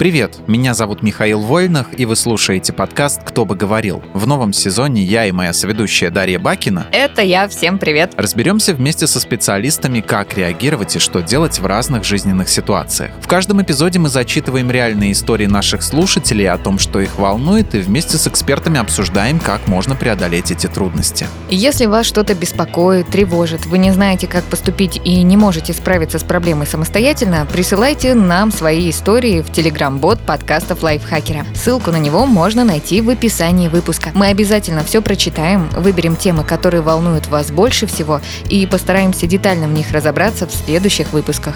Привет, меня зовут Михаил Вольнах, и вы слушаете подкаст «Кто бы говорил». В новом сезоне я и моя соведущая Дарья Бакина Это я, всем привет. разберемся вместе со специалистами, как реагировать и что делать в разных жизненных ситуациях. В каждом эпизоде мы зачитываем реальные истории наших слушателей о том, что их волнует, и вместе с экспертами обсуждаем, как можно преодолеть эти трудности. Если вас что-то беспокоит, тревожит, вы не знаете, как поступить и не можете справиться с проблемой самостоятельно, присылайте нам свои истории в телеграм-бот подкастов Лайфхакера. Ссылку на него можно найти в описании выпуска. Мы обязательно все прочитаем, выберем темы, которые волнуют вас больше всего, и постараемся детально в них разобраться в следующих выпусках.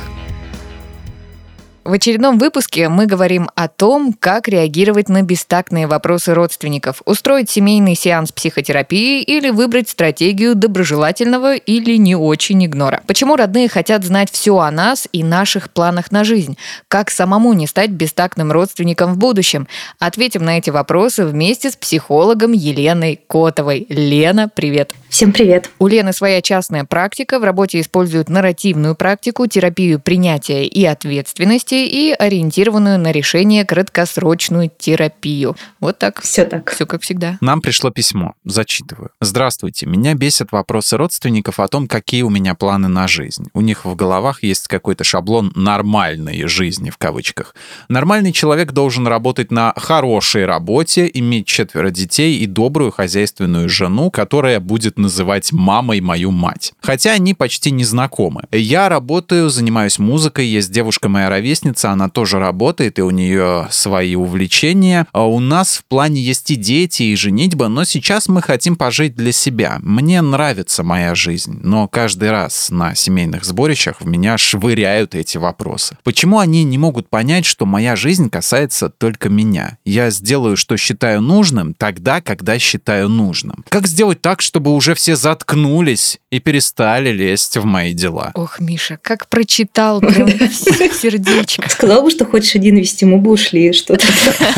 В очередном выпуске мы говорим о том, как реагировать на бестактные вопросы родственников, устроить семейный сеанс психотерапии или выбрать стратегию доброжелательного или не очень игнора. Почему родные хотят знать все о нас и наших планах на жизнь? Как самому не стать бестактным родственником в будущем? Ответим на эти вопросы вместе с психологом Еленой Котовой. Лена, привет! Всем привет! У Лены своя частная практика, в работе используют нарративную практику, терапию принятия и ответственности и ориентированную на решение краткосрочную терапию. Вот так. Все так. Все как всегда. Нам пришло письмо. Зачитываю. Здравствуйте. Меня бесят вопросы родственников о том, какие у меня планы на жизнь. У них в головах есть какой-то шаблон «нормальной жизни» в кавычках. Нормальный человек должен работать на хорошей работе, иметь 4 детей и добрую хозяйственную жену, которая будет называть мамой мою мать. Хотя они почти не знакомы. Я работаю, занимаюсь музыкой, есть девушка моя ровесница, она тоже работает, и у нее свои увлечения. А у нас в плане есть и дети, и женитьба, но сейчас мы хотим пожить для себя. Мне нравится моя жизнь, но каждый раз на семейных сборищах в меня швыряют эти вопросы. Почему они не могут понять, что моя жизнь касается только меня? Я сделаю, что считаю нужным, тогда, когда считаю нужным. Как сделать так, чтобы уже все заткнулись и перестали лезть в мои дела? Ох, Миша, как прочитал прям в сердечко. Сказал бы, что хочешь один вести, мы бы ушли, что-то.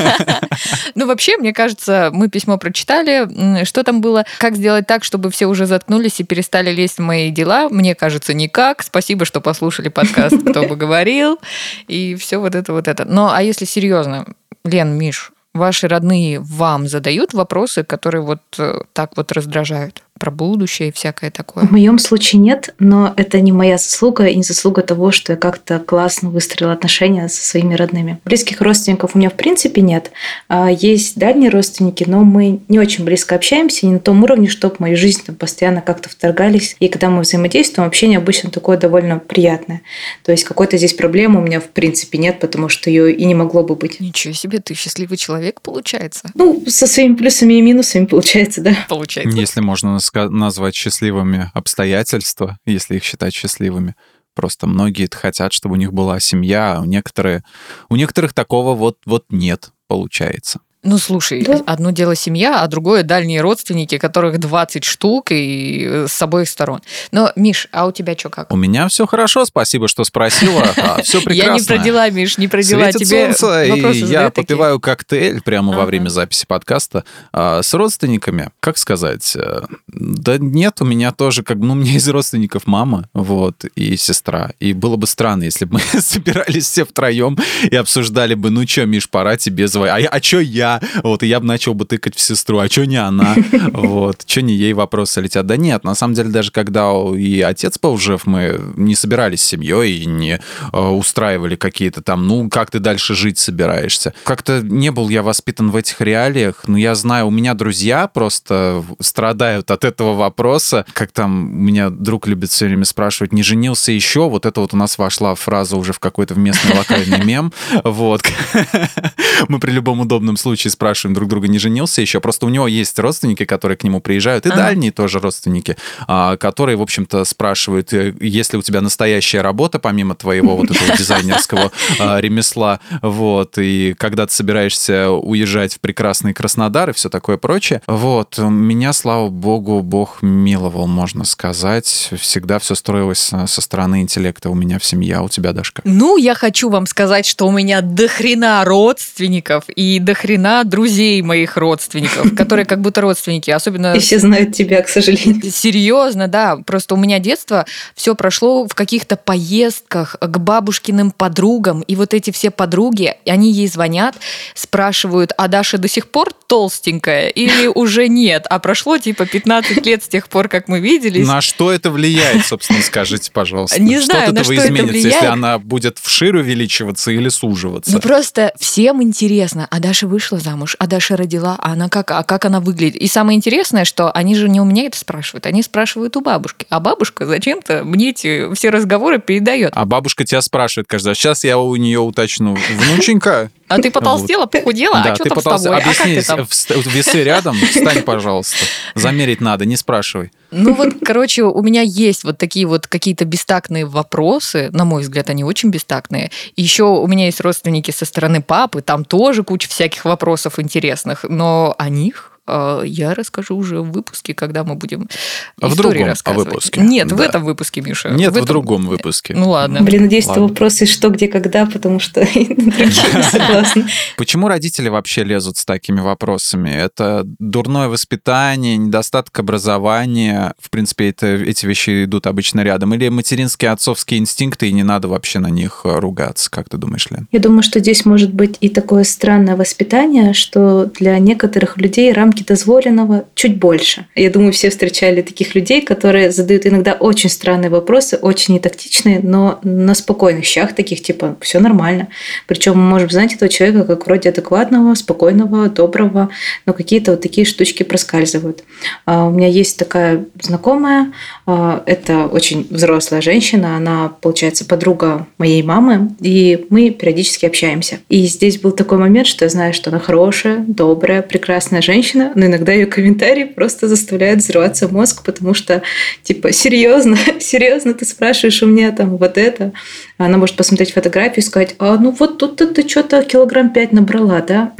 Ну, вообще, мне кажется, мы письмо прочитали. Что там было? Как сделать так, чтобы все уже заткнулись и перестали лезть в мои дела? Мне кажется, никак. Спасибо, что послушали подкаст «Кто бы говорил». И все вот это. Но, а если серьезно, Лен, Миш, ваши родные вам задают вопросы, которые вот так вот раздражают? Про будущее и всякое такое. В моем случае нет, но это не моя заслуга и не заслуга того, что я как-то классно выстроила отношения со своими родными. Близких родственников у меня в принципе нет. Есть дальние родственники, но мы не очень близко общаемся, не на том уровне, чтобы в мою жизнь там постоянно как-то вторгались. И когда мы взаимодействуем, общение обычно такое довольно приятное. То есть какой-то здесь проблемы у меня в принципе нет, потому что ее и не могло бы быть. Ничего себе, ты счастливый человек, получается. Ну, со своими плюсами и минусами получается, да. Получается. Если можно назвать счастливыми обстоятельства, если их считать счастливыми. Просто многие хотят, чтобы у них была семья, а у некоторых такого вот нет, получается. Ну, слушай, одно дело семья, а другое дальние родственники, которых 20 штук и с обоих сторон. Но, Миш, а у тебя что как? У меня все хорошо, спасибо, что спросила. Все прекрасно. Я не про дела, Миш, не про дела. Светит Тебе солнце, и вопросы я задают такие? попиваю коктейль прямо во время записи подкаста с родственниками. Как сказать? Да нет, у меня тоже, у меня из родственников мама, и сестра. И было бы странно, если бы мы собирались все втроем и обсуждали бы, ну что, Миш, пора тебе звонить. А что я? И я бы начал бы тыкать в сестру, а что не она? Что не ей вопросы летят? Да нет, на самом деле, даже когда и отец был жив, мы не собирались с семьей и не устраивали какие-то там, как ты дальше жить собираешься. Как-то не был я воспитан в этих реалиях, но я знаю, у меня друзья просто страдают от этого вопроса. Как там у меня друг любит все время спрашивать, не женился еще? Вот это у нас вошла фраза уже в какой-то местный локальный мем. Мы при любом удобном случае спрашиваем друг друга, не женился еще. Просто у него есть родственники, которые к нему приезжают, и дальние тоже родственники, которые, в общем-то, спрашивают, есть ли у тебя настоящая работа, помимо твоего вот этого дизайнерского ремесла, и когда ты собираешься уезжать в прекрасный Краснодар и все такое прочее. Меня, слава богу, Бог миловал, можно сказать. Всегда все строилось со стороны интеллекта у меня в семье, а у тебя, Дашка? Ну, я хочу вам сказать, что у меня дохрена родственников и дохрена на друзей моих родственников, которые как будто родственники, особенно... И все знают тебя, к сожалению. Серьезно, да. Просто у меня детство все прошло в каких-то поездках к бабушкиным подругам, и вот эти все подруги, они ей звонят, спрашивают, а Даша до сих пор толстенькая или уже нет? А прошло типа 15 лет с тех пор, как мы виделись. На что это влияет, собственно, скажите, пожалуйста? Не знаю, на что это изменится, влияет. если она будет вширь увеличиваться или суживаться? Ну просто всем интересно, а Даша вышла замуж, а Даша родила, а как она выглядит? И самое интересное, что они же не у меня это спрашивают, они спрашивают у бабушки. А бабушка зачем-то мне эти все разговоры передает. А бабушка тебя спрашивает каждый раз. Сейчас я у нее уточну. Внученька? А ты потолстела, похудела? Да, а что там с тобой? Объясни, а как ты там? весы рядом, встань, пожалуйста. Замерить надо, не спрашивай. Ну вот, короче, у меня есть вот такие вот какие-то бестактные вопросы, на мой взгляд, они очень бестактные. Еще у меня есть родственники со стороны папы, там тоже куча всяких вопросов интересных, но о них я расскажу уже в выпуске, когда мы будем истории рассказывать. Выпуске. Нет, да. в этом выпуске, Миша. Нет, в другом выпуске. Ну ладно. Блин, надеюсь, это вопросы что, где, когда, потому что согласна. Почему родители вообще лезут с такими вопросами? Это дурное воспитание, недостаток образования. В принципе, эти вещи идут обычно рядом. Или материнские, отцовские инстинкты, и не надо вообще на них ругаться. Как ты думаешь, Лен? Я думаю, что здесь может быть и такое странное воспитание, что для некоторых людей рамки дозволенного чуть больше. Я думаю, все встречали таких людей, которые задают иногда очень странные вопросы, очень нетактичные, но на спокойных щах таких, типа, все нормально. Причем мы можем знать этого человека как вроде адекватного, спокойного, доброго, но какие-то вот такие штучки проскальзывают. У меня есть такая знакомая, это очень взрослая женщина, она, получается, подруга моей мамы, и мы периодически общаемся. И здесь был такой момент, что я знаю, что она хорошая, добрая, прекрасная женщина, но иногда ее комментарии просто заставляют взрываться мозг, потому что, типа, серьезно ты спрашиваешь у меня там вот это. Она может посмотреть фотографию и сказать, ну вот тут ты что-то 5 килограмм набрала, да?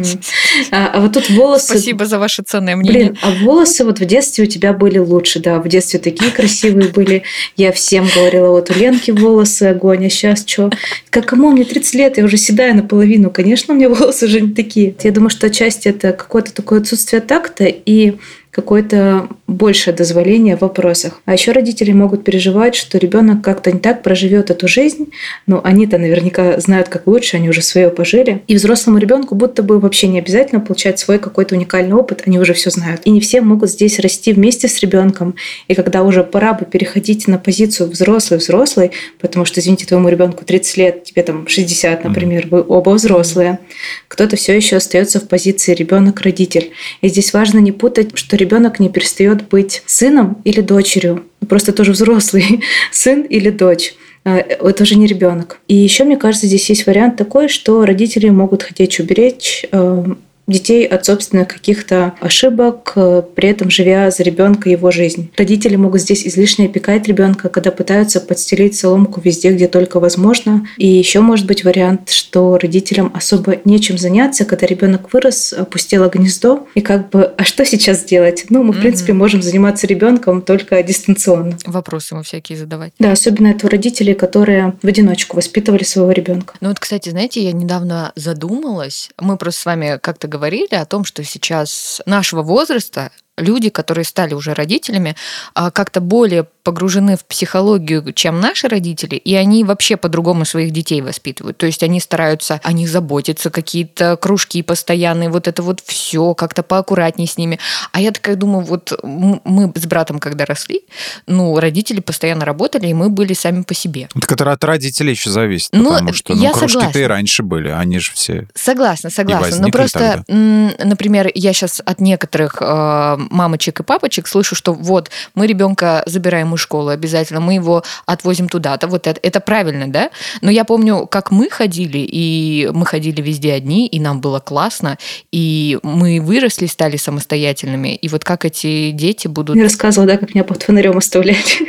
А вот тут волосы... Спасибо за ваше ценное мнение. Блин, а волосы вот в детстве у тебя были лучше, да, в детстве такие красивые были. Я всем говорила, вот у Ленки волосы огонь, а сейчас что? Кому? Мне 30 лет, я уже седая наполовину. Конечно, у меня волосы уже не такие. Я думаю, что отчасти это какое-то такое отсутствие такта и какое-то большее дозволение в вопросах. А еще родители могут переживать, что ребенок как-то не так проживет эту жизнь. Но они-то наверняка знают, как лучше, они уже свое пожили. И взрослому ребенку будто бы вообще не обязательно получать свой какой-то уникальный опыт, они уже все знают. И не все могут здесь расти вместе с ребенком. И когда уже пора бы переходить на позицию взрослый, потому что, извините, твоему ребенку 30 лет, тебе там 60, например, вы оба взрослые, кто-то все еще остается в позиции ребенок-родитель. И здесь важно не путать, что ребенок не перестает быть сыном или дочерью, просто тоже взрослый сын или дочь. Это уже не ребенок. И еще, мне кажется, здесь есть вариант такой, что родители могут хотеть уберечь детей от собственных каких-то ошибок, при этом живя за ребенка его жизнь. Родители могут здесь излишне опекать ребенка, когда пытаются подстелить соломку везде, где только возможно. И еще может быть вариант, что родителям особо нечем заняться, когда ребенок вырос, опустело гнездо, и а что сейчас делать? Мы, в принципе, можем заниматься ребенком только дистанционно. Вопросы ему всякие задавать. Да, особенно это у родителей, которые в одиночку воспитывали своего ребенка. Ну вот, кстати, знаете, я недавно задумалась, мы просто с вами как-то говорили о том, что сейчас нашего возраста люди, которые стали уже родителями, как-то более погружены в психологию, чем наши родители, и они вообще по-другому своих детей воспитывают. То есть они стараются о них заботиться, какие-то кружки постоянные, вот это вот все, как-то поаккуратнее с ними. А я такая думаю, вот мы с братом, когда росли, родители постоянно работали, и мы были сами по себе. Так это от родителей еще зависит, потому что кружки-то и раньше были, они же все Согласна. Но просто, например, я сейчас от некоторых мамочек и папочек слышу, что вот мы ребенка забираем из школы обязательно, мы его отвозим туда-то, вот это правильно, да? Но я помню, как мы ходили, и мы ходили везде одни, и нам было классно, и мы выросли, стали самостоятельными, и вот как эти дети будут... Я рассказывала, да, как меня под фонарем оставлять.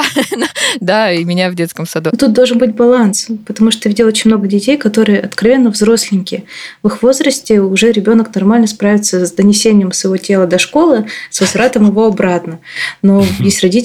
Да, и меня в детском саду. Тут должен быть баланс, потому что я видела очень много детей, которые откровенно взросленькие. В их возрасте уже ребенок нормально справится с донесением своего тела до школы, с возвратом его обратно. Но есть родители, которые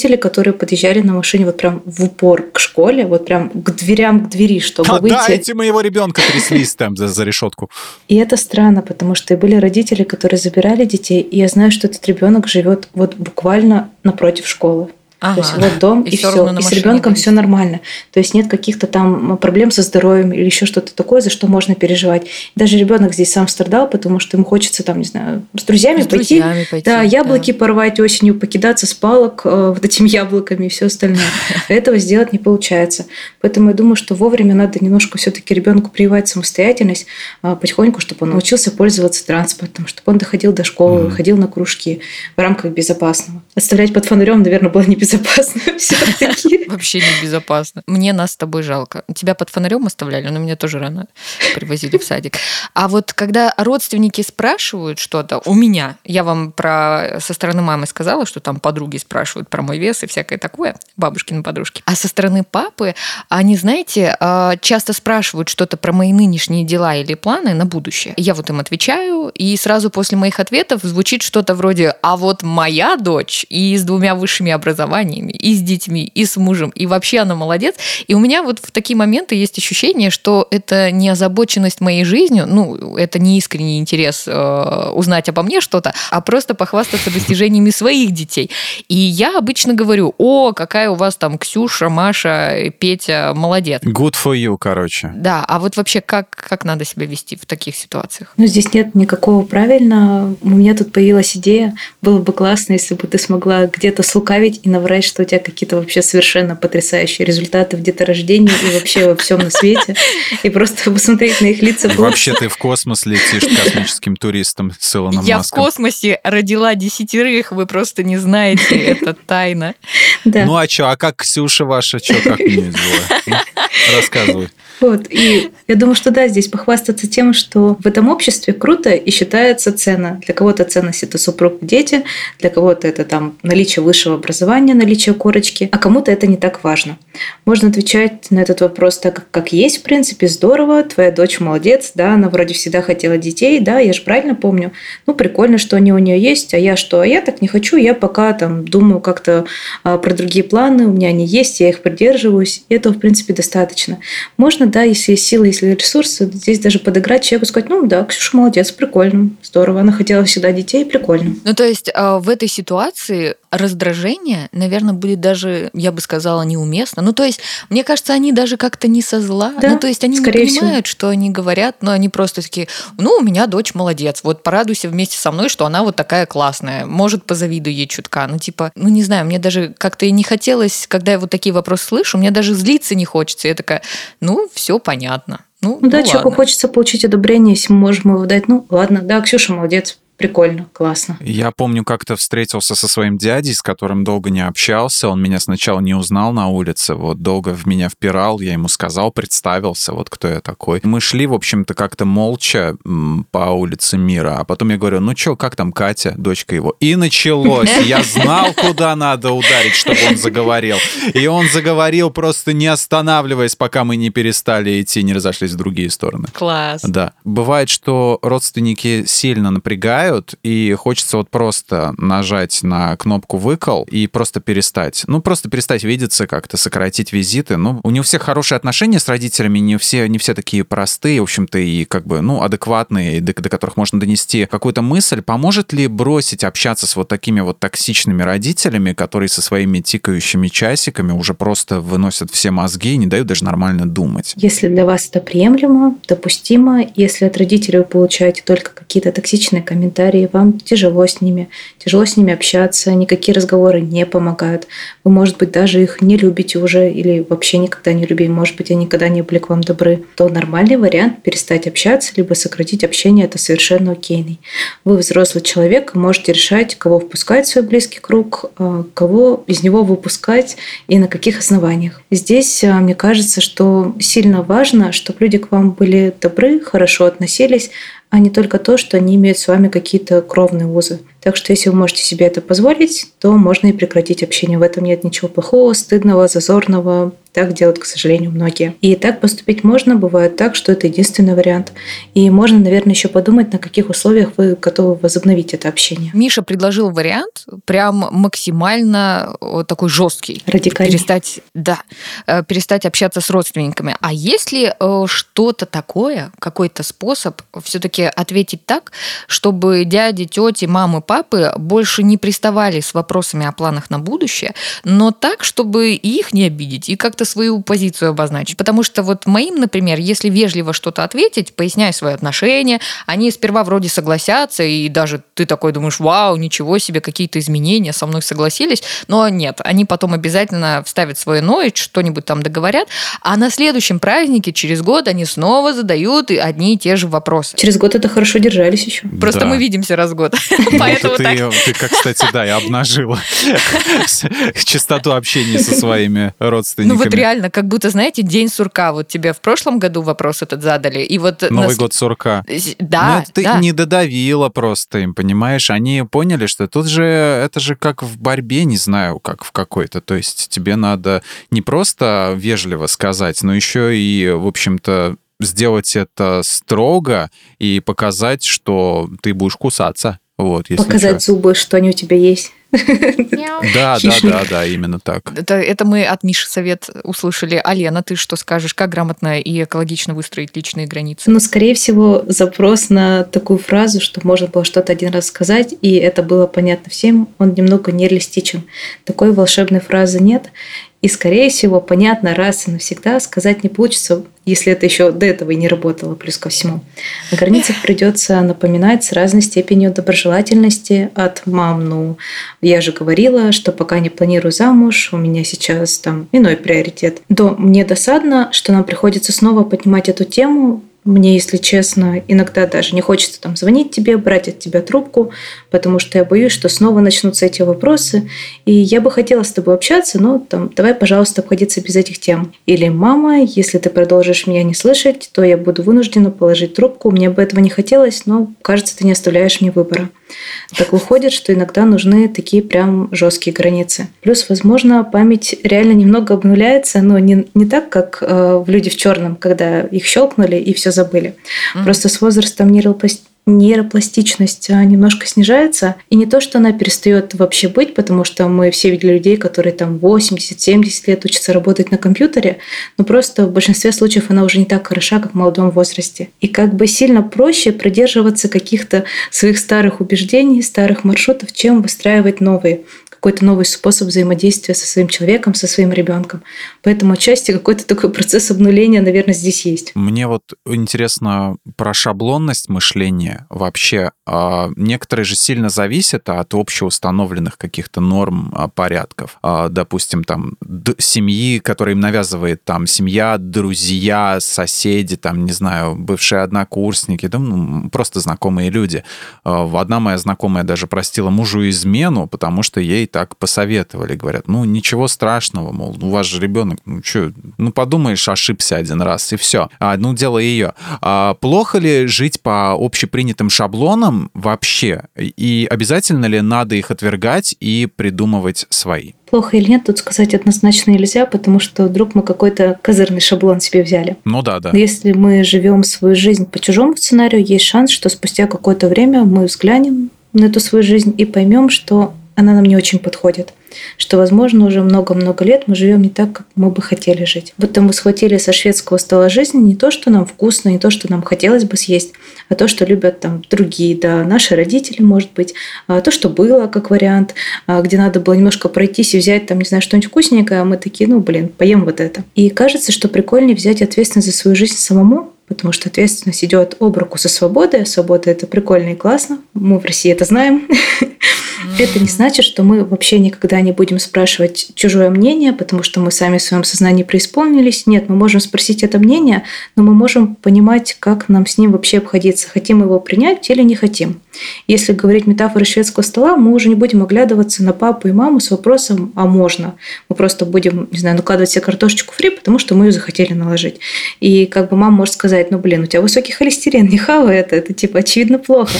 которые подъезжали на машине вот прям в упор к школе, вот прям к двери, чтобы выйти. Дайте моего ребенка тряслись там за решетку. И это странно, потому что и были родители, которые забирали детей, и я знаю, что этот ребенок живет вот буквально напротив школы. То есть вот дом, и все. И с ребенком все нормально. То есть нет каких-то там проблем со здоровьем или еще что-то такое, за что можно переживать. Даже ребенок здесь сам страдал, потому что ему хочется там, не знаю, с друзьями пойти. Да, яблоки порвать осенью, покидаться с палок вот этими яблоками и все остальное. Этого сделать не получается. Поэтому я думаю, что вовремя надо немножко все-таки ребенку прививать самостоятельность потихоньку, чтобы он научился пользоваться транспортом, чтобы он доходил до школы, ходил на кружки в рамках безопасного. Оставлять под фонарем, наверное, было не безопасно все-таки. Вообще небезопасно. Мне нас с тобой жалко. Тебя под фонарем оставляли, но меня тоже рано привозили в садик. А вот когда родственники спрашивают что-то, у меня, я вам со стороны мамы сказала, что там подруги спрашивают про мой вес и всякое такое, бабушкины подружки. А со стороны папы, они, знаете, часто спрашивают что-то про мои нынешние дела или планы на будущее. Я вот им отвечаю, и сразу после моих ответов звучит что-то вроде: а вот моя дочь и с 2 высшими образованиями, и с детьми, и с мужем, и вообще она молодец. И у меня вот в такие моменты есть ощущение, что это не озабоченность моей жизнью, это не искренний интерес узнать обо мне что-то, а просто похвастаться достижениями своих детей. И я обычно говорю: о, какая у вас там Ксюша, Маша, Петя, молодец. Good for you, короче. Да, а вот вообще как надо себя вести в таких ситуациях? Здесь нет никакого правильно. У меня тут появилась идея. Было бы классно, если бы ты смогла где-то слукавить и наврать, что у тебя какие-то вообще совершенно потрясающие результаты в деторождении и вообще во всем на свете. И просто посмотреть на их лица. Вообще ты в космос летишь космическим туристом с Илоном Маском. Я в космосе родила 10, вы просто не знаете, это тайна. Да. Ну а что, а как Ксюша ваша, как мне звала? Рассказывай. Вот, и я думаю, что да, здесь похвастаться тем, что в этом обществе круто и считается ценно. Для кого-то ценность – это супруг, дети, для кого-то это там наличие высшего образования, наличие корочки, а кому-то это не так важно. Можно отвечать на этот вопрос так, как есть, в принципе, здорово, твоя дочь молодец, да, она вроде всегда хотела детей, да, я же правильно помню. Прикольно, что они у нее есть, а я что? А я так не хочу, я пока там думаю как-то про другие планы, у меня они есть, я их придерживаюсь, и этого, в принципе, достаточно. Можно, да, если есть силы, если ресурсы, здесь даже подыграть человеку, сказать: да, Ксюша молодец, прикольно, здорово, она хотела всегда детей, прикольно. То есть в этой ситуации раздражение, наверное, будет даже, я бы сказала, неуместно. То есть, мне кажется, они даже как-то не со зла. Да, то есть, они не понимают, что они говорят, но они просто такие: у меня дочь молодец, вот порадуйся вместе со мной, что она вот такая классная, может, позавидуй ей чутка. Не знаю, мне даже как-то и не хотелось, когда я вот такие вопросы слышу, мне даже злиться не хочется. Я такая: все понятно. Человеку хочется получить одобрение, если мы можем его дать. Ладно, да, Ксюша молодец. Прикольно, классно. Я помню, как-то встретился со своим дядей, с которым долго не общался. Он меня сначала не узнал на улице, долго в меня впирал, я ему сказал, представился, кто я такой. Мы шли, в общем-то, как-то молча по улице Мира, а потом я говорю: как там Катя, дочка его? И началось. Я знал, куда надо ударить, чтобы он заговорил. И он заговорил, просто не останавливаясь, пока мы не перестали идти, не разошлись в другие стороны. Класс. Да. Бывает, что родственники сильно напрягают, и хочется просто нажать на кнопку «выкол» и просто перестать. Просто перестать видеться как-то, сократить визиты. У не у всех хорошие отношения с родителями, не все такие простые, в общем-то, и адекватные, до которых можно донести какую-то мысль. Поможет ли бросить общаться с такими токсичными родителями, которые со своими тикающими часиками уже просто выносят все мозги и не дают даже нормально думать? Если для вас это приемлемо, допустимо, если от родителей вы получаете только какие-то токсичные комментарии, вам тяжело с ними общаться, никакие разговоры не помогают. Вы, может быть, даже их не любите уже или вообще никогда не любили, может быть, они никогда не были к вам добры, то нормальный вариант перестать общаться либо сократить общение – это совершенно окейный. Вы взрослый человек, можете решать, кого впускать в свой близкий круг, кого из него выпускать и на каких основаниях. Здесь, мне кажется, что сильно важно, чтобы люди к вам были добры, хорошо относились, а не только то, что они имеют с вами какие-то кровные узы. Так что если вы можете себе это позволить, то можно и прекратить общение. В этом нет ничего плохого, стыдного, зазорного. Так делают, к сожалению, многие. И так поступить можно. Бывает так, что это единственный вариант. И можно, наверное, еще подумать, на каких условиях вы готовы возобновить это общение. Миша предложил вариант прям максимально такой жесткий. Радикальный. Перестать общаться с родственниками. А есть ли что-то такое, какой-то способ все-таки ответить так, чтобы дяди, тети, мамы, папы больше не приставали с вопросами о планах на будущее, но так, чтобы их не обидеть и как-то свою позицию обозначить? Потому что вот моим, например, если вежливо что-то ответить, поясняя свое отношение, они сперва вроде согласятся, и даже ты такой думаешь, вау, ничего себе, какие-то изменения, со мной согласились, но нет, они потом обязательно вставят свое «но» и что-нибудь там договорят, а на следующем празднике, через год, они снова задают одни и те же вопросы. Через год это хорошо держались еще. Просто мы видимся раз в год. Поэтому так. Ты, кстати, и обнажила частоту общения со своими родственниками. Ну вот реально, как будто, знаете, день сурка. Вот тебе в прошлом году вопрос этот задали. И вот Новый год сурка. Да, ты не додавила просто им, понимаешь? Они поняли, что тут же это же как в борьбе, не знаю, как в какой-то. То есть тебе надо не просто вежливо сказать, но еще и, в общем-то, сделать это строго и показать, что ты будешь кусаться. Вот, показать зубы, что они у тебя есть. Да, именно так. Это мы от Миши совет услышали. А Лена, ты что скажешь? Как грамотно и экологично выстроить личные границы? Ну, скорее всего, запрос на такую фразу, что можно было что-то один раз сказать, и это было понятно всем, он немного нереалистичен. Такой волшебной фразы нет. И, скорее всего, понятно раз и навсегда сказать не получится, если это еще до этого и не работало, плюс ко всему. О границах придется напоминать с разной степенью доброжелательности от мам. Ну, я же говорила, что пока не планирую замуж, у меня сейчас там иной приоритет. Мне досадно, что нам приходится снова поднимать эту тему. Мне, если честно, иногда даже не хочется там звонить тебе, брать от тебя трубку, потому что я боюсь, что снова начнутся эти вопросы. И я бы хотела с тобой общаться, но давай, пожалуйста, обходиться без этих тем. Или мама, если ты продолжишь меня не слышать, то я буду вынуждена положить трубку. Мне бы этого не хотелось, но, кажется, ты не оставляешь мне выбора. Так выходит, что иногда нужны такие прям жесткие границы. Плюс, возможно, память реально немного обнуляется, но не так, как в «Люди в черном», когда их щелкнули и все забыли. Просто с возрастом нейропластичность немножко снижается. И не то, что она перестает вообще быть, потому что мы все видели людей, которые там 80-70 лет учатся работать на компьютере, но просто в большинстве случаев она уже не так хороша, как в молодом возрасте. И как бы сильно проще придерживаться каких-то своих старых убеждений, старых маршрутов, чем выстраивать новые. Какой-то новый способ взаимодействия со своим человеком, со своим ребенком. Поэтому отчасти какой-то такой процесс обнуления, наверное, здесь есть. Мне вот интересно про шаблонность мышления вообще. Некоторые же сильно зависят от общеустановленных каких-то норм, порядков. Допустим, там семьи, которые им навязывает там семья, друзья, соседи, там, не знаю, бывшие однокурсники, просто знакомые люди. Одна моя знакомая даже простила мужу измену, потому что ей так посоветовали. Говорят, ничего страшного, мол, у вас же ребенок, подумаешь, ошибся один раз, и все. Дело ее. Плохо ли жить по общепринятым шаблонам вообще? И обязательно ли надо их отвергать и придумывать свои? Плохо или нет, тут сказать однозначно нельзя, потому что вдруг мы какой-то козырный шаблон себе взяли. Да. Но если мы живем свою жизнь по чужому сценарию, есть шанс, что спустя какое-то время мы взглянем на эту свою жизнь и поймем, что она нам не очень подходит. Что, возможно, уже много-много лет мы живем не так, как мы бы хотели жить. Будто мы схватили со шведского стола жизни не то, что нам вкусно, не то, что нам хотелось бы съесть, а то, что любят там другие, наши родители, может быть, то, что было, как вариант, где надо было немножко пройтись и взять там, не знаю, что-нибудь вкусненькое, а мы такие, поем вот это. И кажется, что прикольнее взять ответственность за свою жизнь самому, потому что ответственность идет об руку со свободой, а свобода – это прикольно и классно. Мы в России это знаем. Это не значит, что мы вообще никогда не будем спрашивать чужое мнение, потому что мы сами в своем сознании преисполнились. Нет, мы можем спросить это мнение, но мы можем понимать, как нам с ним вообще обходиться. Хотим его принять или не хотим. Если говорить метафорой шведского стола, мы уже не будем оглядываться на папу и маму с вопросом «а можно?». Мы просто будем, не знаю, накладывать себе картошечку фри, потому что мы ее захотели наложить. И как бы мама может сказать: у тебя высокий холестерин, не хавай это типа очевидно плохо.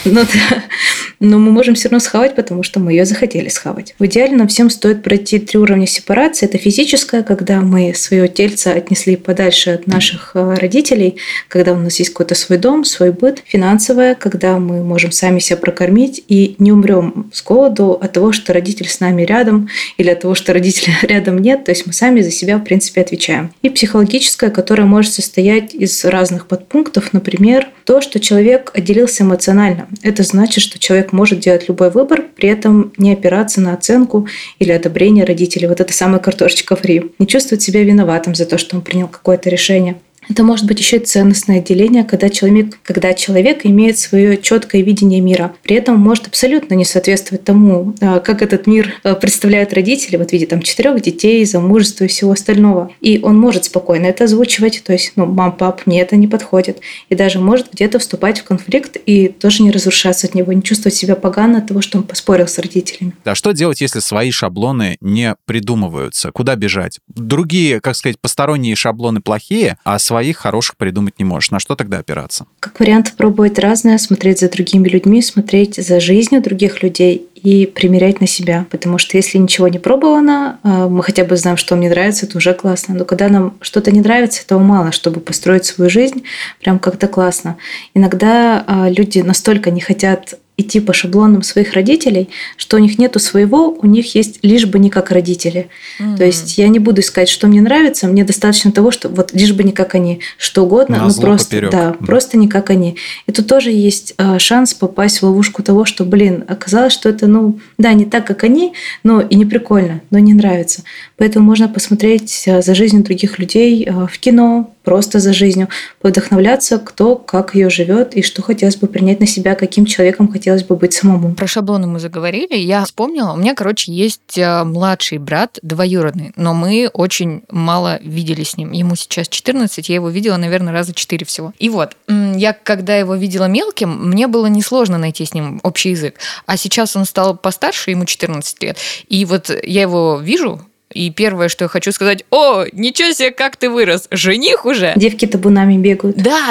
Но мы можем все равно схавать, потому что мы ее захотели схавать. В идеале нам всем стоит пройти 3 уровня сепарации. Это физическое, когда мы свое тельце отнесли подальше от наших родителей, когда у нас есть какой-то свой дом, свой быт. Финансовое, когда мы можем сами себя прокормить и не умрем с голоду от того, что родитель с нами рядом, или от того, что родителя рядом нет. То есть мы сами за себя, в принципе, отвечаем. И психологическое, которое может состоять из разных подпунктов. Например, то, что человек отделился эмоционально. Это значит, что человек может делать любой выбор, при этом не опираться на оценку или одобрение родителей. Вот это самая картошечка фри. Не чувствовать себя виноватым за то, что он принял какое-то решение. Это может быть еще и ценностное отделение, когда человек имеет свое четкое видение мира. При этом может абсолютно не соответствовать тому, как этот мир представляют родители, вот в виде 4 детей, замужества и всего остального. И он может спокойно это озвучивать, то есть, мам, пап, мне это не подходит. И даже может где-то вступать в конфликт и тоже не разрушаться от него, не чувствовать себя погано от того, что он поспорил с родителями. А что делать, если свои шаблоны не придумываются? Куда бежать? Другие, посторонние шаблоны плохие, а своих хороших придумать не можешь. На что тогда опираться? Как вариант пробовать разное, смотреть за другими людьми, смотреть за жизнью других людей и примерять на себя. Потому что если ничего не пробовано, мы хотя бы знаем, что мне нравится, это уже классно. Но когда нам что-то не нравится, этого мало, чтобы построить свою жизнь прям как-то классно. Иногда люди настолько не хотят идти по шаблонам своих родителей, что у них нету своего, у них есть лишь бы не как родители. То есть я не буду искать, что мне нравится, мне достаточно того, что вот лишь бы не как они, что угодно, но просто, просто не как они. И тут тоже есть шанс попасть в ловушку того, что, оказалось, что это, не так, как они, но и не прикольно, но не нравится. Поэтому можно посмотреть за жизнью других людей в кино, просто за жизнью, повдохновляться, кто как ее живет и что хотелось бы принять на себя, каким человеком хотелось бы быть самому. Про шаблоны мы заговорили. Я вспомнила, у меня, есть младший брат, двоюродный, но мы очень мало видели с ним. Ему сейчас 14, я его видела, наверное, раза 4 всего. И вот, я когда его видела мелким, мне было несложно найти с ним общий язык. А сейчас он стал постарше, ему 14 лет. И вот я его вижу, и первое, что я хочу сказать: о, ничего себе, как ты вырос, жених уже. Девки табунами бегают. Да,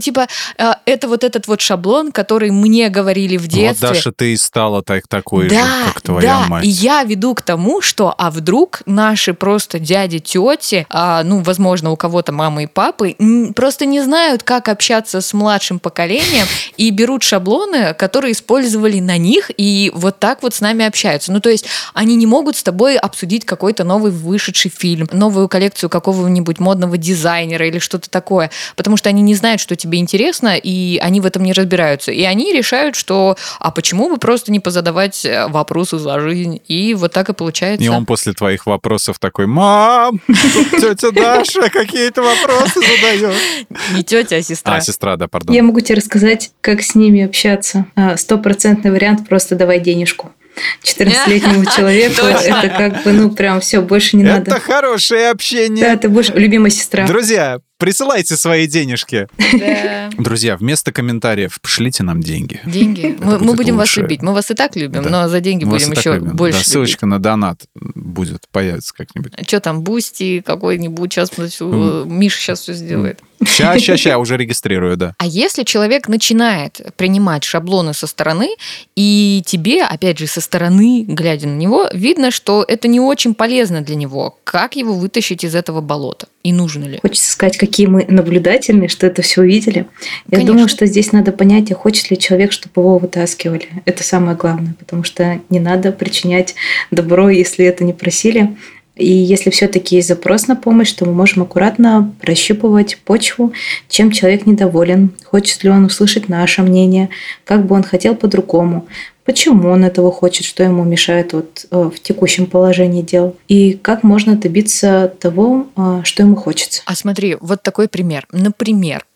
это вот этот вот шаблон, который мне говорили в детстве. Вот, Даша, ты и стала такой же, как твоя мать. И я веду к тому, что, вдруг наши просто дяди, тети, возможно, у кого-то мамы и папы, просто не знают, как общаться с младшим поколением, и берут шаблоны, которые использовали на них, и вот так вот с нами общаются. То есть они не могут с тобой обсудить какой-то новый вышедший фильм, новую коллекцию какого-нибудь модного дизайнера или что-то такое, потому что они не знают, что тебе интересно, и они в этом не разбираются. И они решают, что почему бы просто не позадавать вопросы за жизнь? И вот так и получается. И он после твоих вопросов такой: мам, тут тетя Даша какие-то вопросы задает. Не тетя, а сестра. Сестра, да, пардон. Я могу тебе рассказать, как с ними общаться. 100% вариант — просто давай денежку. 14-летнему человеку это прям все, больше не надо. Это хорошее общение. Да, ты будешь любимая сестра. Друзья, присылайте свои денежки. Да. Друзья, вместо комментариев пришлите нам деньги. Деньги. Мы будем вас любить. Мы вас и так любим, но за деньги будем еще больше любить. Ссылочка на донат появится как-нибудь. Что там, Бусти какой-нибудь? Сейчас Миша сейчас все сделает. Ща, уже регистрирую, да. А если человек начинает принимать шаблоны со стороны, и тебе, опять же, со стороны, глядя на него, видно, что это не очень полезно для него, как его вытащить из этого болота? И нужно ли? Хочется сказать, какие мы наблюдательные, что это все увидели. Я думаю, что здесь надо понять, хочет ли человек, чтобы его вытаскивали. Это самое главное, потому что не надо причинять добро, если это не просили. И если все-таки есть запрос на помощь, то мы можем аккуратно прощупывать почву, чем человек недоволен, хочет ли он услышать наше мнение, как бы он хотел по-другому, почему он этого хочет, что ему мешает в текущем положении дел, и как можно добиться того, что ему хочется. А смотри, вот такой пример. Например,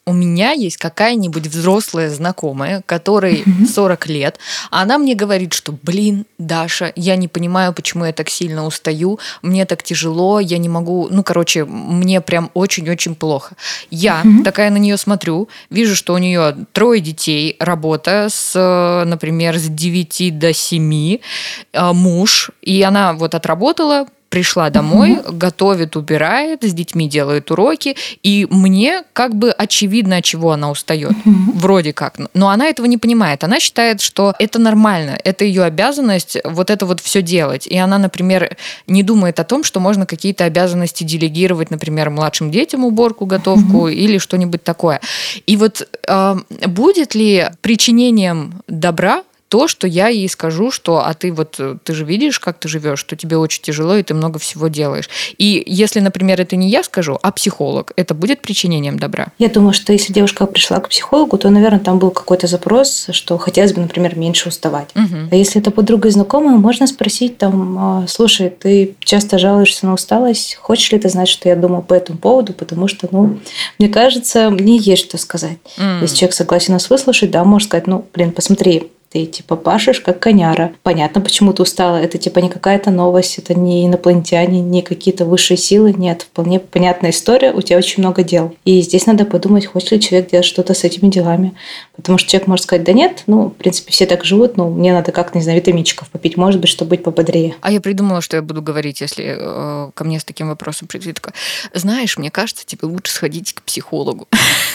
у меня есть какая-нибудь взрослая знакомая, которой 40 лет, а она мне говорит, что, блин, Даша, я не понимаю, почему я так сильно устаю, мне так тяжело, я не могу, мне прям очень-очень плохо. Я такая на нее смотрю, вижу, что у нее 3 детей, работа например, с 9 до 7, муж, и она вот отработала, пришла домой, готовит, убирает, с детьми делает уроки, и мне как бы очевидно, от чего она устает. Вроде как. Но она этого не понимает. Она считает, что это нормально, это ее обязанность вот это вот все делать. И она, например, не думает о том, что можно какие-то обязанности делегировать, например, младшим детям уборку, готовку или что-нибудь такое. И вот будет ли причинением добра то, что я ей скажу, что ты же видишь, как ты живешь, что тебе очень тяжело, и ты много всего делаешь. И если, например, это не я скажу, а психолог, это будет причинением добра? Я думаю, что если девушка пришла к психологу, то, наверное, там был какой-то запрос, что хотелось бы, например, меньше уставать. А если это подруга и знакомая, можно спросить слушай, ты часто жалуешься на усталость, хочешь ли ты знать, что я думаю по этому поводу, потому что, мне кажется, мне есть что сказать. Если человек согласен нас выслушать, да, может сказать, посмотри, ты пашешь как коняра. Понятно, почему ты устала. Это не какая-то новость, это не инопланетяне, не какие-то высшие силы. Нет, вполне понятная история, у тебя очень много дел. И здесь надо подумать, хочет ли человек делать что-то с этими делами. Потому что человек может сказать, да нет, в принципе, все так живут, мне надо как-то, витаминчиков попить, может быть, чтобы быть пободрее. А я придумала, что я буду говорить, если ко мне с таким вопросом придет. Знаешь, мне кажется, тебе лучше сходить к психологу.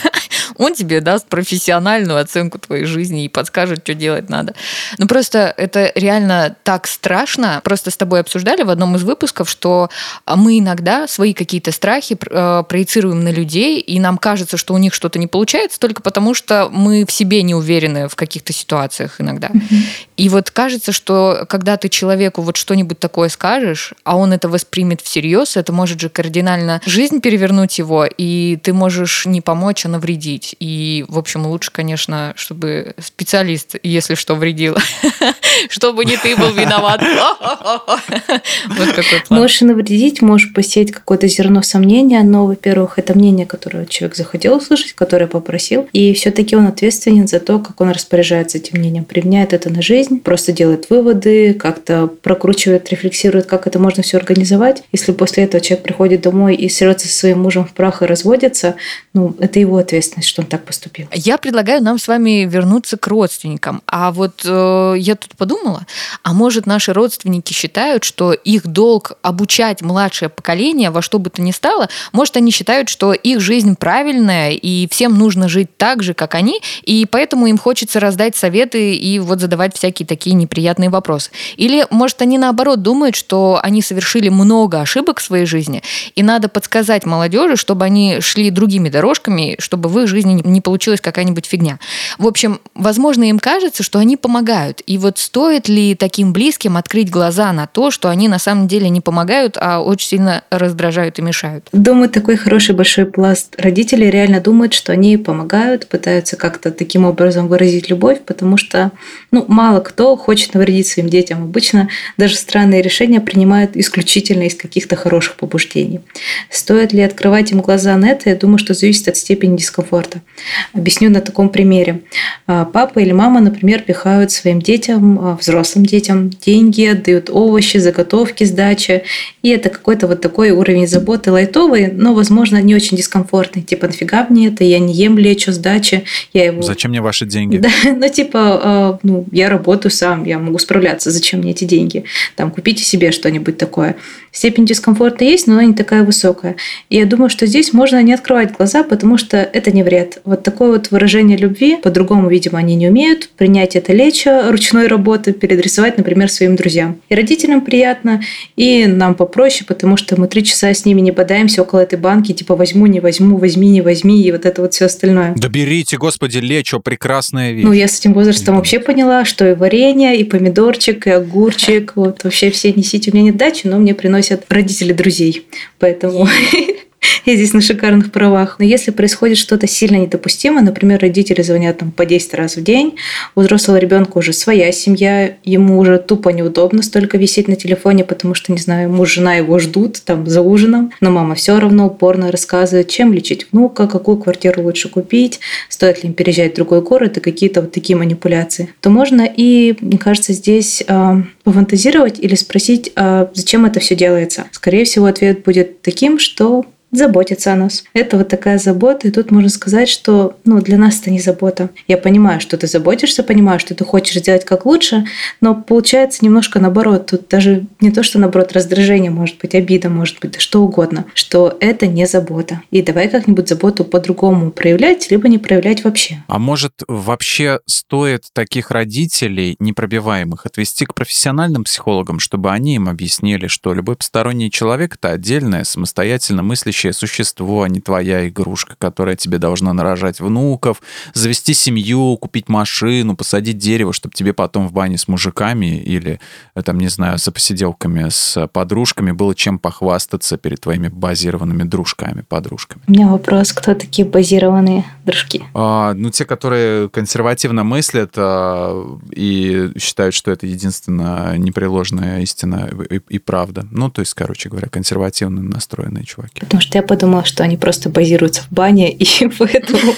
Он тебе даст профессиональную оценку твоей жизни и подскажет, что делать надо. Просто это реально так страшно. Просто с тобой обсуждали в одном из выпусков, что мы иногда свои какие-то страхи проецируем на людей, и нам кажется, что у них что-то не получается только потому, что мы в себе не уверены в каких-то ситуациях иногда. И вот кажется, что когда ты человеку вот что-нибудь такое скажешь, а он это воспримет всерьез, это может же кардинально жизнь перевернуть его, и ты можешь не помочь, а навредить. И, в общем, лучше, конечно, чтобы специалист, если что, вредил, чтобы не ты был виноват. Вот какой план. Можешь навредить, можешь посеять какое-то зерно сомнения, но, во-первых, это мнение, которое человек захотел услышать, которое попросил, и все-таки он ответственен за то, как он распоряжается этим мнением, применяет это на жизнь, просто делает выводы, как-то прокручивает, рефлексирует, как это можно все организовать. Если после этого человек приходит домой и срется со своим мужем в прах и разводится, это его ответственность, что он так поступил. Я предлагаю нам с вами вернуться к родственникам. А вот я тут подумала, а может наши родственники считают, что их долг обучать младшее поколение во что бы то ни стало, может они считают, что их жизнь правильная и всем нужно жить так же, как они, и поэтому им хочется раздать советы и вот задавать всякие такие неприятные вопросы. Или, может, они наоборот думают, что они совершили много ошибок в своей жизни, и надо подсказать молодежи, чтобы они шли другими дорожками, чтобы в их жизни не получилась какая-нибудь фигня. В общем, возможно, им кажется, что они помогают. И вот стоит ли таким близким открыть глаза на то, что они на самом деле не помогают, а очень сильно раздражают и мешают? Думаю, такой хороший большой пласт родителей реально думают, что они помогают, пытаются как-то таким образом выразить любовь, потому что мало кто хочет навредить своим детям. Обычно даже странные решения принимают исключительно из каких-то хороших побуждений. Стоит ли открывать им глаза на это? Я думаю, что зависит от степени дискомфорта. Объясню на таком примере. Папа или мама, например, пихают своим детям, взрослым детям деньги, отдают овощи, заготовки с дачи. И это какой-то вот такой уровень заботы лайтовый, но, возможно, не очень дискомфортный. Нафига мне это? Я не ем лечо с дачи. Зачем мне ваши деньги? Да, я работаю сам, я могу справляться. Зачем мне эти деньги? Купите себе что-нибудь такое. Степень дискомфорта есть, но она не такая высокая. И я думаю, что здесь можно не открывать глаза, потому что это не вред. Вот такое вот выражение любви, по-другому, видимо, они не умеют. Принять это лечо ручной работы, переадресовать, например, своим друзьям. И родителям приятно, и нам попроще, потому что мы 3 часа с ними не бодаемся около этой банки, возьму, не возьму, возьми, не возьми, и вот это вот все остальное. Да берите, господи, лечо, прекрасная вещь. Я с этим возрастом вообще поняла, что и варенье, и помидорчик, и огурчик, вообще все несите. У меня нет дачи, но мне приносят родители друзей, поэтому... Я здесь на шикарных правах. Но если происходит что-то сильно недопустимое, например, родители звонят там по 10 раз в день, у взрослого ребенка уже своя семья, ему уже тупо неудобно столько висеть на телефоне, потому что, не знаю, муж, жена его ждут там за ужином, но мама все равно упорно рассказывает, чем лечить внука, какую квартиру лучше купить, стоит ли им переезжать в другой город и какие-то вот такие манипуляции, то можно и, мне кажется, здесь пофантазировать или спросить, зачем это все делается. Скорее всего, ответ будет таким, что заботиться о нас. Это вот такая забота, и тут можно сказать, что для нас это не забота. Я понимаю, что ты заботишься, понимаю, что ты хочешь сделать как лучше, но получается немножко наоборот. Тут даже не то, что наоборот раздражение, может быть, обида, может быть, да что угодно, что это не забота. И давай как-нибудь заботу по-другому проявлять, либо не проявлять вообще. А может, вообще стоит таких родителей непробиваемых отвести к профессиональным психологам, чтобы они им объяснили, что любой посторонний человек — это отдельное, самостоятельно мыслящее существо, а не твоя игрушка, которая тебе должна нарожать внуков, завести семью, купить машину, посадить дерево, чтобы тебе потом в бане с мужиками или, там, не знаю, за посиделками с подружками было чем похвастаться перед твоими базированными дружками, подружками. У меня вопрос, кто такие базированные дружки? Те, которые консервативно мыслят и считают, что это единственная непреложная истина и правда. То есть, короче говоря, консервативно настроенные чуваки. Потому что я подумала, что они просто базируются в бане, и поэтому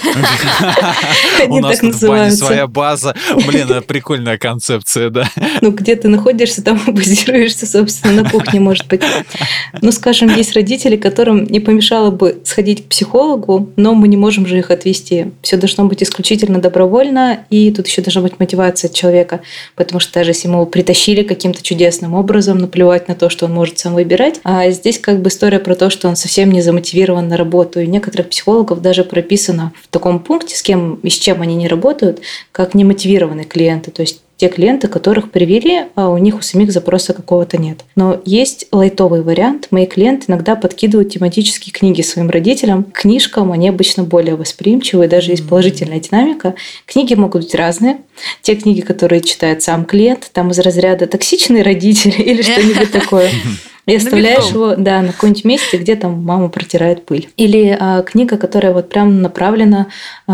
они так называются. У нас в бане своя база. Блин, это прикольная концепция, да. Где ты находишься, там базируешься, собственно, на кухне, может быть. Скажем, есть родители, которым не помешало бы сходить к психологу, но мы не можем же их отвести. Все должно быть исключительно добровольно, и тут еще должна быть мотивация от человека, потому что даже если мы его притащили каким-то чудесным образом, наплевать на то, что он может сам выбирать, а здесь история про то, что он совсем не замотивирован на работу. И у некоторых психологов даже прописано в таком пункте, с кем и с чем они не работают, как немотивированные клиенты. То есть те клиенты, которых привели, а у них у самих запроса какого-то нет. Но есть лайтовый вариант. Мои клиенты иногда подкидывают тематические книги своим родителям. К книжкам они обычно более восприимчивы, даже есть положительная динамика. Книги могут быть разные. Те книги, которые читает сам клиент, там из разряда «Токсичные родители» или что-нибудь такое. И оставляешь его на каком-нибудь месте, где там мама протирает пыль. Или книга, которая прям направлена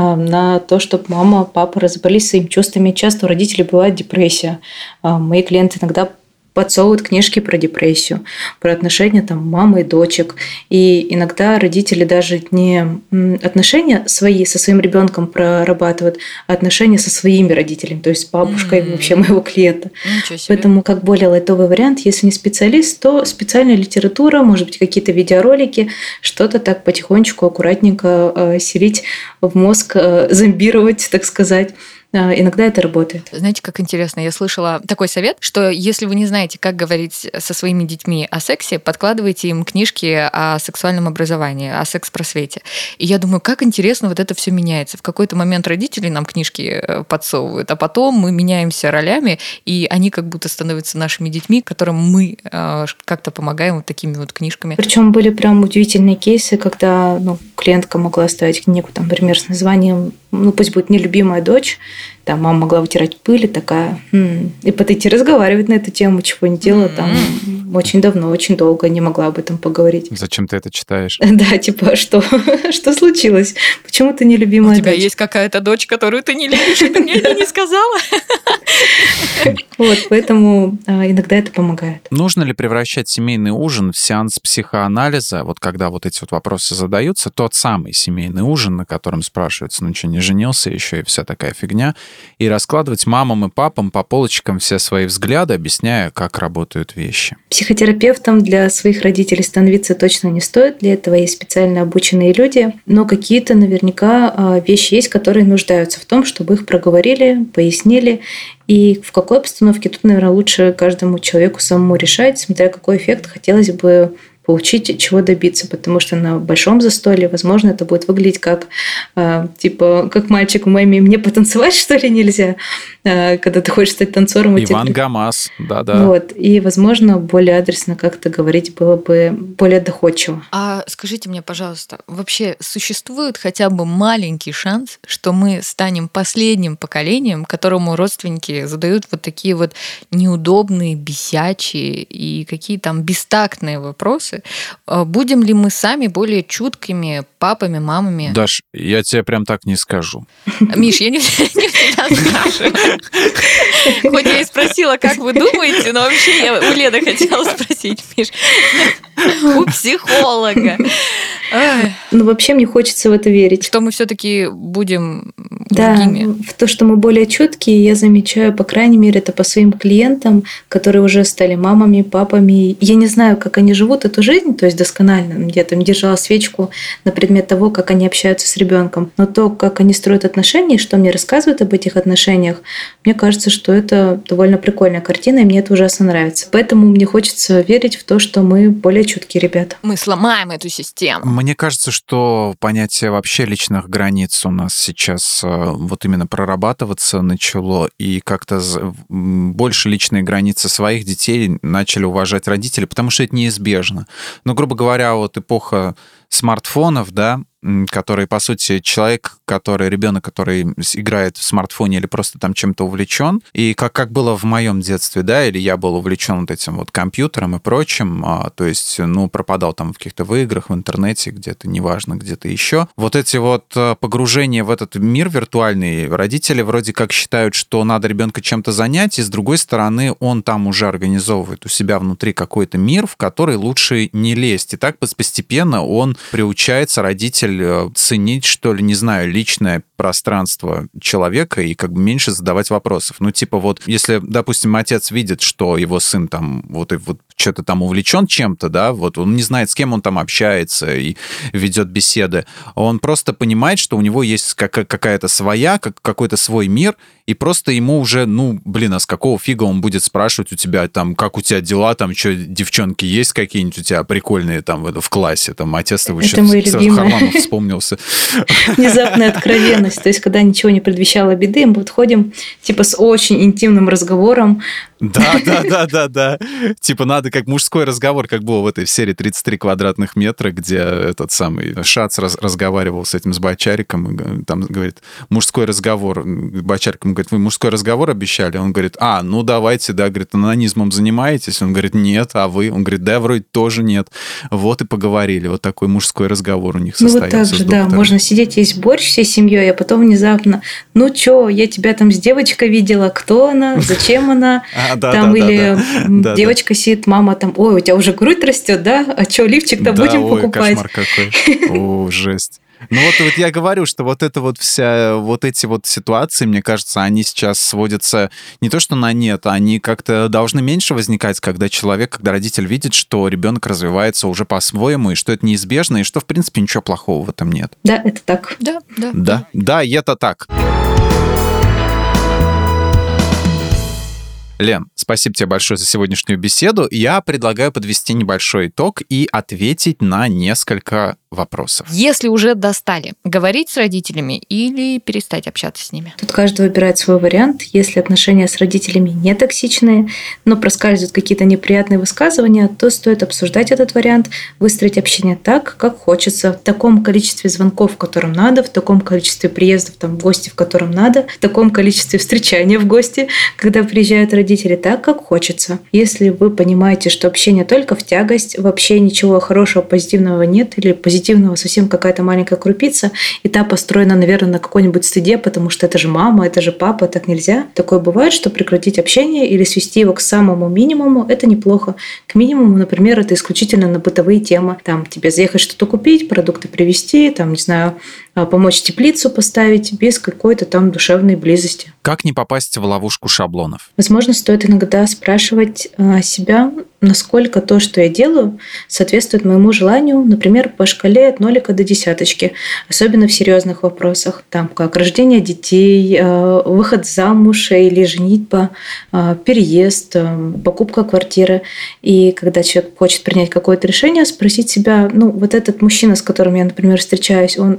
на то, чтобы мама, папа разобрались своими чувствами. Часто у родителей бывает депрессия. Мои клиенты иногда подсовывают книжки про депрессию, про отношения мамы и дочек. И иногда родители даже не отношения свои со своим ребенком прорабатывают, а отношения со своими родителями, то есть с бабушкой вообще моего клиента. Поэтому как более лайтовый вариант, если не специалист, то специальная литература, может быть, какие-то видеоролики, что-то так потихонечку, аккуратненько селить в мозг, зомбировать, так сказать. Иногда это работает. Знаете, как интересно, я слышала такой совет, что если вы не знаете, как говорить со своими детьми о сексе, подкладывайте им книжки о сексуальном образовании, о секс-просвете. И я думаю, как интересно это все меняется. В какой-то момент родители нам книжки подсовывают, а потом мы меняемся ролями, и они как будто становятся нашими детьми, которым мы как-то помогаем такими книжками. Причем были прям удивительные кейсы, когда клиентка могла оставить книгу, например, с названием, пусть будет «Нелюбимая дочь», там мама могла вытирать пыль и такая, и подойти разговаривать на эту тему, чего не делала там очень давно, очень долго, не могла об этом поговорить. Зачем ты это читаешь? Да, что? Что случилось? Почему ты нелюбимая дочь? У тебя есть какая-то дочь, которую ты не любишь, и ты мне это не сказала? Поэтому иногда это помогает. Нужно ли превращать семейный ужин в сеанс психоанализа? Когда эти вопросы задаются, тот самый семейный ужин, на котором спрашивается, что, не женился еще и вся такая фигня, и раскладывать мамам и папам по полочкам все свои взгляды, объясняя, как работают вещи. Психотерапевтом для своих родителей становиться точно не стоит. Для этого есть специально обученные люди. Но какие-то наверняка вещи есть, которые нуждаются в том, чтобы их проговорили, пояснили. И в какой обстановке тут, наверное, лучше каждому человеку самому решать, смотря какой эффект хотелось бы получить, чего добиться, потому что на большом застолье, возможно, это будет выглядеть как как мальчик в меме «мне потанцевать, что ли, нельзя?». когда ты хочешь стать танцором. Иван Гамас, да-да. Вот. И, возможно, более адресно как-то говорить было бы более доходчиво. А скажите мне, пожалуйста, вообще существует хотя бы маленький шанс, что мы станем последним поколением, которому родственники задают вот такие вот неудобные, бесячие и какие там бестактные вопросы? Будем ли мы сами более чуткими папами, мамами? Даш, я тебе прям так не скажу. Миш, я не всегда спрашиваю. Хоть я и спросила, как вы думаете, но вообще я у Лены хотела спросить, Миш. У психолога. Ну, вообще мне хочется в это верить. Что мы все-таки будем другими. Да, в то, что мы более чуткие, я замечаю, по крайней мере, это по своим клиентам, которые уже стали мамами, папами. Я не знаю, как они живут эту жизнь, то есть досконально. Я там держала свечку на предмет того, как они общаются с ребенком. Но то, как они строят отношения, что мне рассказывают об этих отношениях, мне кажется, что это довольно прикольная картина, и мне это ужасно нравится. Поэтому мне хочется верить в то, что мы более чуткие ребята. Мы сломаем эту систему. Мне кажется, что понятие вообще личных границ у нас сейчас вот именно прорабатываться начало, и как-то больше личные границы своих детей начали уважать родители, потому что это неизбежно. Но, грубо говоря, вот эпоха смартфонов, да, который, по сути, ребенок, который играет в смартфоне или просто там чем-то увлечен, и как было в моем детстве, да, или я был увлечен вот этим вот компьютером и прочим, то есть, пропадал там в каких-то в играх, в интернете, где-то, неважно, где-то еще. Вот эти вот погружения в этот мир виртуальный, родители вроде как считают, что надо ребенка чем-то занять, и с другой стороны, он там уже организовывает у себя внутри какой-то мир, в который лучше не лезть. И так постепенно он приучается, родитель, ценить, что ли, не знаю, личное пространство человека и как бы меньше задавать вопросов. Вот если, допустим, отец видит, что его сын там вот что-то там увлечен чем-то, да, вот он не знает, с кем он там общается и ведет беседы, он просто понимает, что у него есть какая-то своя, какой-то свой мир, и просто ему уже, а с какого фига он будет спрашивать у тебя там, как у тебя дела, там, что, девчонки есть какие-нибудь у тебя прикольные там в классе, там, отец его еще сразу Харламов вспомнился. Внезапная откровенность, то есть, когда ничего не предвещало беды, мы подходим, с очень интимным разговором. Да. Надо как мужской разговор, как было в этой серии «33 квадратных метра», где этот самый Шац разговаривал с Бочариком, и там говорит, мужской разговор. Бочарик ему говорит, вы мужской разговор обещали? Он говорит, давайте, да, говорит, анонизмом занимаетесь? Он говорит, нет, а вы? Он говорит, да, вроде тоже нет. Вот и поговорили. Вот такой мужской разговор у них состоялся. Вот так же, да, можно сидеть, есть борщ всей семьей, а потом внезапно, я тебя там с девочкой видела, кто она, зачем она? Девочка сидит, мама там, ой, у тебя уже грудь растет, да? А что, лифчик-то будем покупать? Кошмар какой. О, жесть. Вот я говорю, что вот эти ситуации, мне кажется, они сейчас сводятся не то что на нет, они как-то должны меньше возникать, когда родитель видит, что ребенок развивается уже по-своему, и что это неизбежно, и что, в принципе, ничего плохого в этом нет. Да, это так. Да, и это так. Лен, спасибо тебе большое за сегодняшнюю беседу. Я предлагаю подвести небольшой итог и ответить на несколько вопросов. Если уже достали, говорить с родителями или перестать общаться с ними? Тут каждый выбирает свой вариант. Если отношения с родителями не токсичные, но проскальзывают какие-то неприятные высказывания, то стоит обсуждать этот вариант, выстроить общение так, как хочется, в таком количестве звонков, в котором надо, в таком количестве приездов в гости, в котором надо, в таком количестве встречания в гости, когда приезжают родители, так, как хочется. Если вы понимаете, что общение только в тягость, вообще ничего хорошего, позитивного нет, или позитивного совсем какая-то маленькая крупица, и та построена, наверное, на какой-нибудь стыде, потому что это же мама, это же папа, так нельзя. Такое бывает, что прекратить общение или свести его к самому минимуму – это неплохо. К минимуму, например, это исключительно на бытовые темы. Там тебе заехать что-то купить, продукты привезти, помочь теплицу поставить без какой-то там душевной близости. Как не попасть в ловушку шаблонов? Возможно, стоит иногда спрашивать себя, насколько то, что я делаю, соответствует моему желанию, например, по шкале от 0 до 10, особенно в серьезных вопросах, как рождение детей, выход замуж или женитьба, переезд, покупка квартиры. И когда человек хочет принять какое-то решение, спросить себя, вот этот мужчина, с которым я, например, встречаюсь, он реально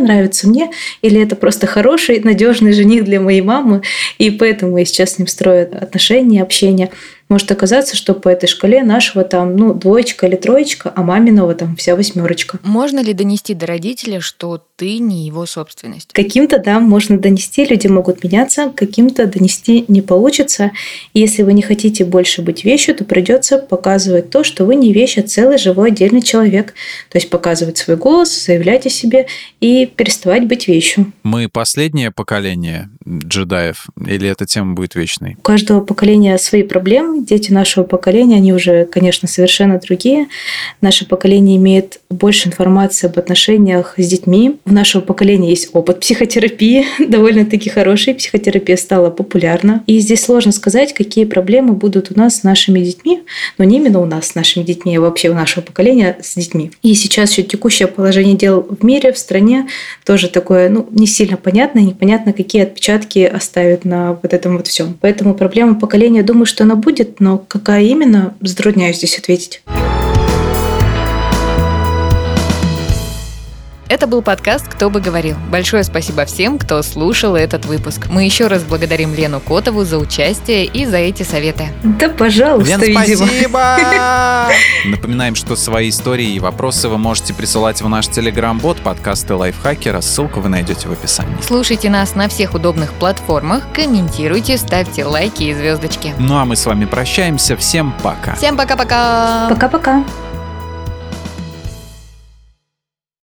нравится мне, или это просто хороший, надежный жених для моей мамы, и поэтому я сейчас с ним строю отношения, общение. Может оказаться, что по этой шкале нашего там, 2 или 3, а маминого там вся 8. Можно ли донести до родителя, что ты не его собственность? Каким-то, да, можно донести, люди могут меняться, каким-то донести не получится. И если вы не хотите больше быть вещью, то придется показывать то, что вы не вещь, а целый живой отдельный человек. То есть показывать свой голос, заявлять о себе и переставать быть вещью. Мы последнее поколение джедаев, или эта тема будет вечной? У каждого поколения свои проблемы. Дети нашего поколения, они уже, конечно, совершенно другие. Наше поколение имеет больше информации об отношениях с детьми. У нашего поколения есть опыт психотерапии, довольно-таки хороший. Психотерапия стала популярна. И здесь сложно сказать, какие проблемы будут у нас с нашими детьми, но не именно у нас с нашими детьми, а вообще у нашего поколения с детьми. И сейчас еще текущее положение дел в мире, в стране тоже такое, не сильно понятно, непонятно, какие отпечатки оставят на вот этом вот всем. Поэтому проблема поколения, думаю, что она будет, но какая именно, затрудняюсь здесь ответить. Это был подкаст «Кто бы говорил». Большое спасибо всем, кто слушал этот выпуск. Мы еще раз благодарим Лену Котову за участие и за эти советы. Да, пожалуйста, Лен, видимо. спасибо! Напоминаем, что свои истории и вопросы вы можете присылать в наш телеграм-бот подкасты Лайфхакера. Ссылку вы найдете в описании. Слушайте нас на всех удобных платформах, комментируйте, ставьте лайки и звездочки. Ну а мы с вами прощаемся. Всем пока. Всем пока-пока! Пока-пока.